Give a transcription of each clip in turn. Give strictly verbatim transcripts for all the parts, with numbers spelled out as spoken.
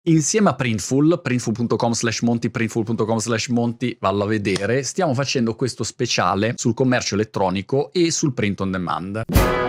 Insieme a Printful, printful punto com slash monti, printful punto com slash monti, vallo a vedere, stiamo facendo questo speciale sul commercio elettronico e sul print on demand.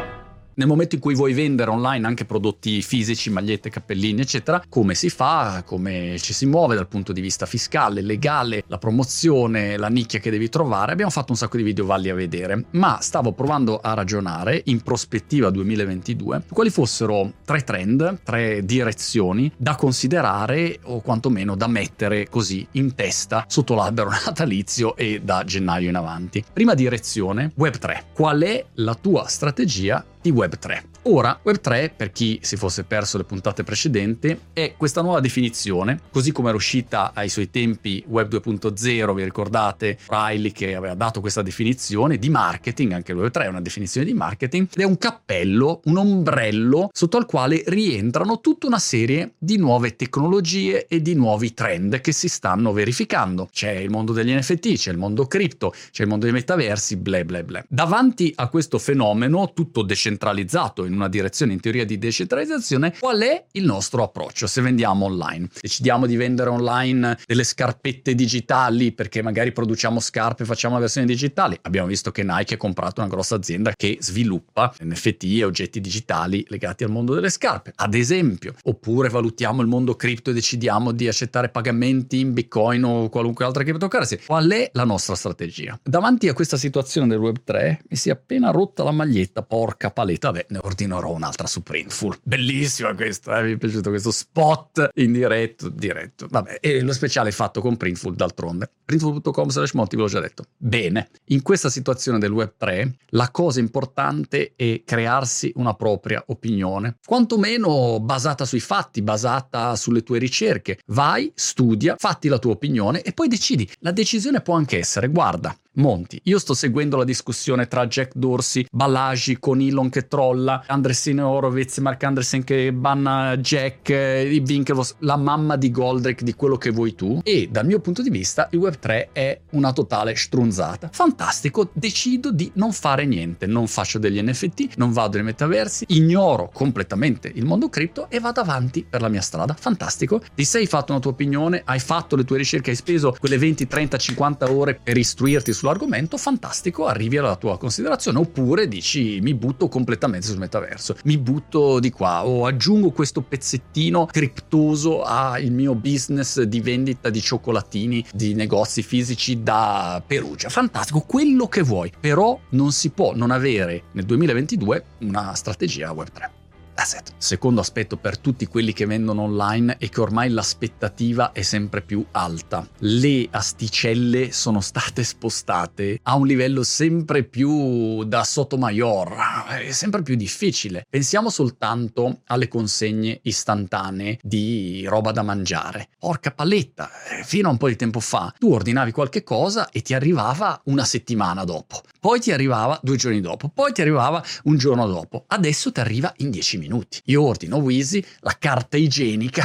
Nel momento in cui vuoi vendere online anche prodotti fisici, magliette, cappellini, eccetera, come si fa, come ci si muove dal punto di vista fiscale, legale, la promozione, la nicchia che devi trovare. Abbiamo fatto un sacco di video, valli a vedere, ma stavo provando a ragionare in prospettiva duemilaventidue quali fossero tre trend, tre direzioni da considerare o quantomeno da mettere così in testa sotto l'albero natalizio e da gennaio in avanti. Prima direzione, web tre. Qual è la tua strategia di web tre? Ora, web tre, per chi si fosse perso le puntate precedenti, è questa nuova definizione, così come era uscita ai suoi tempi web due punto zero, vi ricordate? Riley che aveva dato questa definizione di marketing, anche web tre è una definizione di marketing, ed è un cappello, un ombrello sotto al quale rientrano tutta una serie di nuove tecnologie e di nuovi trend che si stanno verificando. C'è il mondo degli N F T, c'è il mondo cripto, c'è il mondo dei metaversi, bla bla bla. Davanti a questo fenomeno tutto decentralizzato, in una direzione in teoria di decentralizzazione, qual è il nostro approccio se vendiamo online? Decidiamo di vendere online delle scarpette digitali perché magari produciamo scarpe e facciamo la versione digitale. Abbiamo visto che Nike ha comprato una grossa azienda che sviluppa N F T e oggetti digitali legati al mondo delle scarpe, ad esempio. Oppure valutiamo il mondo cripto e decidiamo di accettare pagamenti in Bitcoin o qualunque altra cryptocurrency. Qual è la nostra strategia? Davanti a questa situazione del web tre mi si è appena rotta la maglietta, porca paletta, vabbè, ne ordinerò un'altra su Printful. Bellissima questa, eh? Mi è piaciuto questo spot in diretto, diretto. Vabbè, e lo speciale è fatto con Printful d'altronde. printful punto com slash monti, ve l'ho già detto. Bene, in questa situazione del web tre, la cosa importante è crearsi una propria opinione, quantomeno basata sui fatti, basata sulle tue ricerche. Vai, studia, fatti la tua opinione e poi decidi. La decisione può anche essere, guarda, Monti, io sto seguendo la discussione tra Jack Dorsey, Balaji con Elon che trolla, Andreessen Horowitz, Mark Andreessen che banna Jack, i Winklevoss, la mamma di Goldrake, di quello che vuoi tu, e dal mio punto di vista il web tre è una totale strunzata. Fantastico, decido di non fare niente, non faccio degli N F T, non vado nei metaversi, ignoro completamente il mondo cripto e vado avanti per la mia strada. Fantastico, ti sei fatto una tua opinione, hai fatto le tue ricerche, hai speso quelle venti, trenta, cinquanta ore per istruirti sull'argomento, fantastico, arrivi alla tua considerazione. Oppure dici mi butto completamente sul metaverso, mi butto di qua o aggiungo questo pezzettino criptoso al mio business di vendita di cioccolatini di negozi fisici da Perugia. Fantastico, quello che vuoi, però non si può non avere nel duemilaventidue una strategia web tre. Secondo aspetto per tutti quelli che vendono online è che ormai l'aspettativa è sempre più alta. Le asticelle sono state spostate a un livello sempre più da Sotomayor, è sempre più difficile. Pensiamo soltanto alle consegne istantanee di roba da mangiare. Porca paletta, fino a un po' di tempo fa tu ordinavi qualche cosa e ti arrivava una settimana dopo, poi ti arrivava due giorni dopo, poi ti arrivava un giorno dopo. Adesso ti arriva in dieci minuti. Io ordino Wheezy, la carta igienica,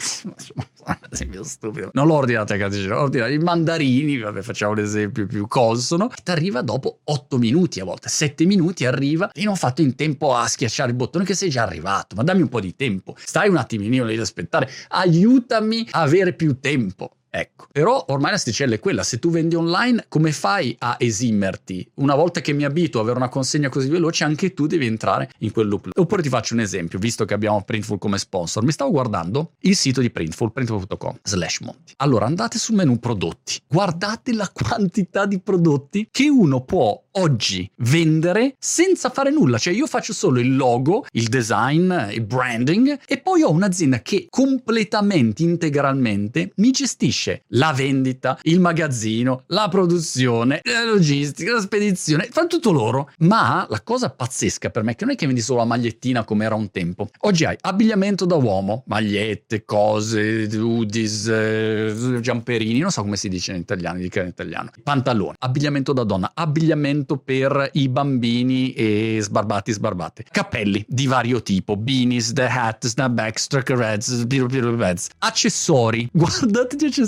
esempio stupido, non l'ho ordinata a carta igienica, ho ordinato i mandarini, vabbè, facciamo un esempio più consono, ti arriva dopo otto minuti, a volte sette minuti arriva, e non ho fatto in tempo a schiacciare il bottone che sei già arrivato, ma dammi un po' di tempo, stai un attimino lì ad aspettare, aiutami a avere più tempo. Ecco, però ormai l'asticella è quella. Se tu vendi online, come fai a esimerti? Una volta che mi abituo a avere una consegna così veloce, anche tu devi entrare in quel loop. Oppure ti faccio un esempio, visto che abbiamo Printful come sponsor. Mi stavo guardando il sito di Printful, printful punto com slash monti. Allora andate sul menu prodotti, guardate la quantità di prodotti che uno può oggi vendere senza fare nulla. Cioè io faccio solo il logo, il design, il branding, e poi ho un'azienda che completamente, integralmente mi gestisce la vendita, il magazzino, la produzione, la logistica, la spedizione, fanno tutto loro. Ma la cosa pazzesca per me è che non è che vendi solo la magliettina come era un tempo. Oggi hai abbigliamento da uomo, magliette, cose, hoodies, eh, giamperini, non so come si dice in italiano, dica in italiano, pantaloni, abbigliamento da donna, abbigliamento per i bambini e sbarbati sbarbate, capelli di vario tipo, beanies, the hat, snapbacks, trucker heads, accessori, guardate gli accessori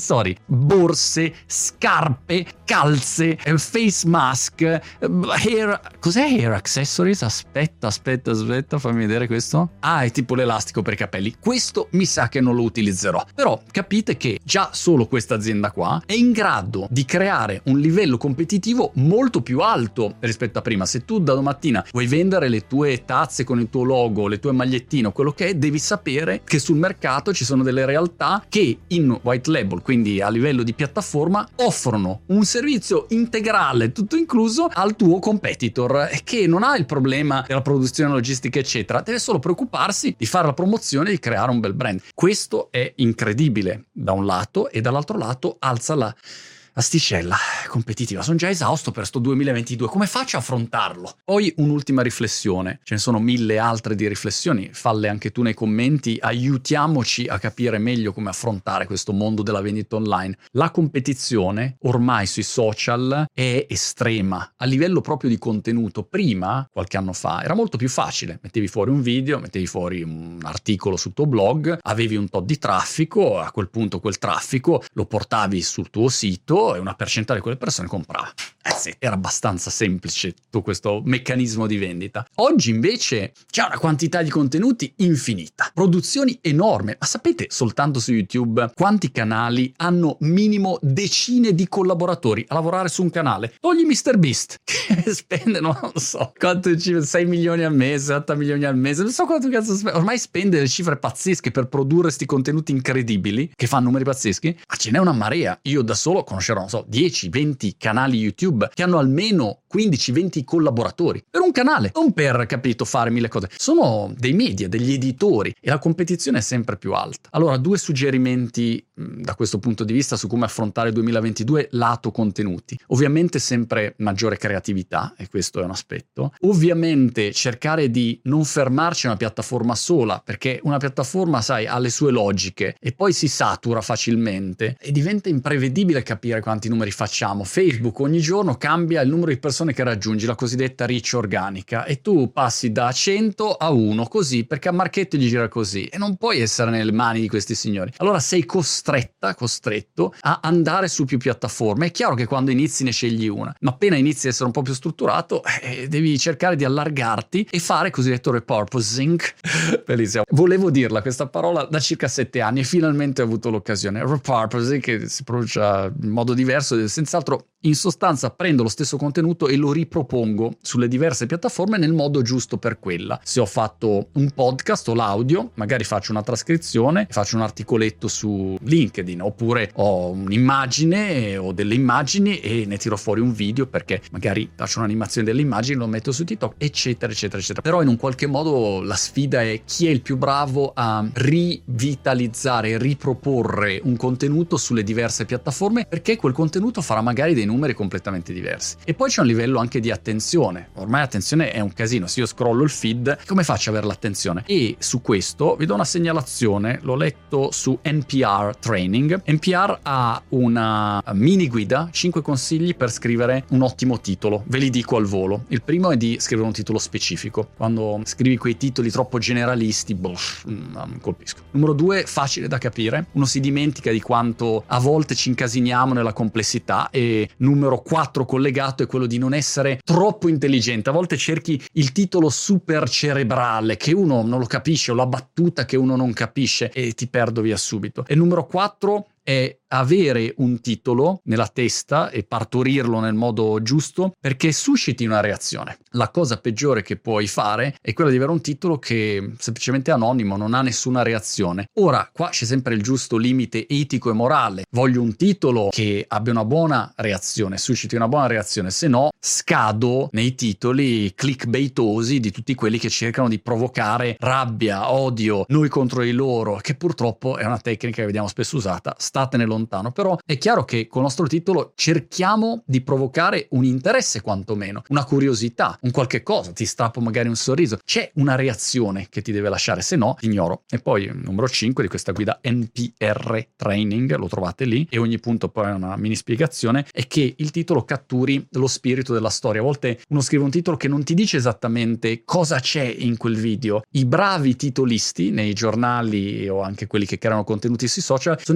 accessori, borse, scarpe, calze, face mask, hair... Cos'è hair accessories? Aspetta, aspetta, aspetta, fammi vedere questo. Ah, è tipo l'elastico per i capelli. Questo mi sa che non lo utilizzerò. Però capite che già solo questa azienda qua è in grado di creare un livello competitivo molto più alto rispetto a prima. Se tu da domattina vuoi vendere le tue tazze con il tuo logo, le tue magliettine, quello che è, devi sapere che sul mercato ci sono delle realtà che in white label, quindi a livello di piattaforma, offrono un servizio integrale, tutto incluso, al tuo competitor, che non ha il problema della produzione logistica eccetera, deve solo preoccuparsi di fare la promozione e di creare un bel brand. Questo è incredibile da un lato, e dall'altro lato alza la asticella competitiva. Sono già esausto per sto duemilaventidue, come faccio a affrontarlo? Poi un'ultima riflessione, ce ne sono mille altre di riflessioni, falle anche tu nei commenti, aiutiamoci a capire meglio come affrontare questo mondo della vendita online. La competizione ormai sui social è estrema, a livello proprio di contenuto. Prima, qualche anno fa, era molto più facile, mettevi fuori un video, mettevi fuori un articolo sul tuo blog, avevi un tot di traffico, a quel punto quel traffico lo portavi sul tuo sito e una percentuale di quelle persone comprava. Eh sì, era abbastanza semplice tutto questo meccanismo di vendita. Oggi invece c'è una quantità di contenuti infinita, produzioni enormi. Ma sapete soltanto su YouTube quanti canali hanno minimo decine di collaboratori a lavorare su un canale? Togli MrBeast che spende, non lo so, quanto ci sei milioni al mese, sette milioni al mese, non so quanto cazzo spende. Ormai spende delle cifre pazzesche per produrre questi contenuti incredibili che fanno numeri pazzeschi, ma ce n'è una marea. Io da solo conoscerò, non so, dieci venti canali YouTube che hanno almeno quindici venti collaboratori per un canale, non per, capito, fare mille cose. Sono dei media, degli editori, e la competizione è sempre più alta. Allora, due suggerimenti mh, da questo punto di vista su come affrontare il duemilaventidue lato contenuti. Ovviamente sempre maggiore creatività, e questo è un aspetto. Ovviamente cercare di non fermarci a una piattaforma sola, perché una piattaforma, sai, ha le sue logiche e poi si satura facilmente e diventa imprevedibile capire quanti numeri facciamo. Facebook ogni giorno cambia il numero di persone che raggiungi, la cosiddetta reach organica, e tu passi da cento a uno così perché a Marchetto gli gira così, e non puoi essere nelle mani di questi signori. Allora sei costretta, costretto a andare su più piattaforme. È chiaro che quando inizi ne scegli una, ma appena inizi a essere un po' più strutturato eh, devi cercare di allargarti e fare cosiddetto repurposing. Bellissimo, volevo dirla questa parola da circa sette anni e finalmente ho avuto l'occasione. Repurposing, che si pronuncia in modo diverso, senz'altro. In sostanza prendo lo stesso contenuto e lo ripropongo sulle diverse piattaforme nel modo giusto per quella. Se ho fatto un podcast o l'audio, magari faccio una trascrizione, faccio un articoletto su LinkedIn, oppure ho un'immagine o delle immagini e ne tiro fuori un video, perché magari faccio un'animazione delle immagini, lo metto su TikTok, eccetera, eccetera, eccetera. Però in un qualche modo la sfida è chi è il più bravo a rivitalizzare, riproporre un contenuto sulle diverse piattaforme, perché quel contenuto farà magari dei numeri completamente diversi. E poi c'è un livello anche di attenzione. Ormai l'attenzione è un casino. Se io scrollo il feed, come faccio ad avere l'attenzione? E su questo vi do una segnalazione. L'ho letto su N P R Training. N P R ha una mini guida, cinque consigli per scrivere un ottimo titolo. Ve li dico al volo. Il primo è di scrivere un titolo specifico. Quando scrivi quei titoli troppo generalisti, boh, non colpisco. Numero due, facile da capire. Uno si dimentica di quanto a volte ci incasiniamo nella complessità. E numero quattro collegato è quello di non essere troppo intelligente. A volte cerchi il titolo super cerebrale che uno non lo capisce, o la battuta che uno non capisce, e ti perdo via subito. E numero quattro è avere un titolo nella testa e partorirlo nel modo giusto perché susciti una reazione. La cosa peggiore che puoi fare è quella di avere un titolo che semplicemente è anonimo, non ha nessuna reazione. Ora, qua c'è sempre il giusto limite etico e morale. Voglio un titolo che abbia una buona reazione, susciti una buona reazione, se no scado nei titoli clickbaitosi di tutti quelli che cercano di provocare rabbia, odio, noi contro di loro, che purtroppo è una tecnica che vediamo spesso usata. Statene lontano. Però è chiaro che con il nostro titolo cerchiamo di provocare un interesse, quantomeno una curiosità, un qualche cosa, ti strappo magari un sorriso, c'è una reazione che ti deve lasciare, se no ignoro. E poi numero cinque di questa guida N P R Training, lo trovate lì, e ogni punto poi è una mini spiegazione, è che il titolo catturi lo spirito della storia. A volte uno scrive un titolo che non ti dice esattamente cosa c'è in quel video. I bravi titolisti nei giornali o anche quelli che creano contenuti sui social sono in grado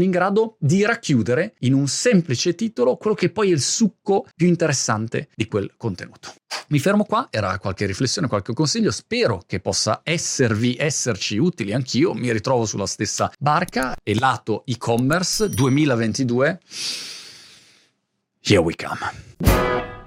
cercato di racchiudere in un semplice titolo quello che poi è il succo più interessante di quel contenuto. Mi fermo qua, era qualche riflessione, qualche consiglio, spero che possa esservi, esserci utili anch'io, mi ritrovo sulla stessa barca e lato e-commerce duemilaventidue, here we come.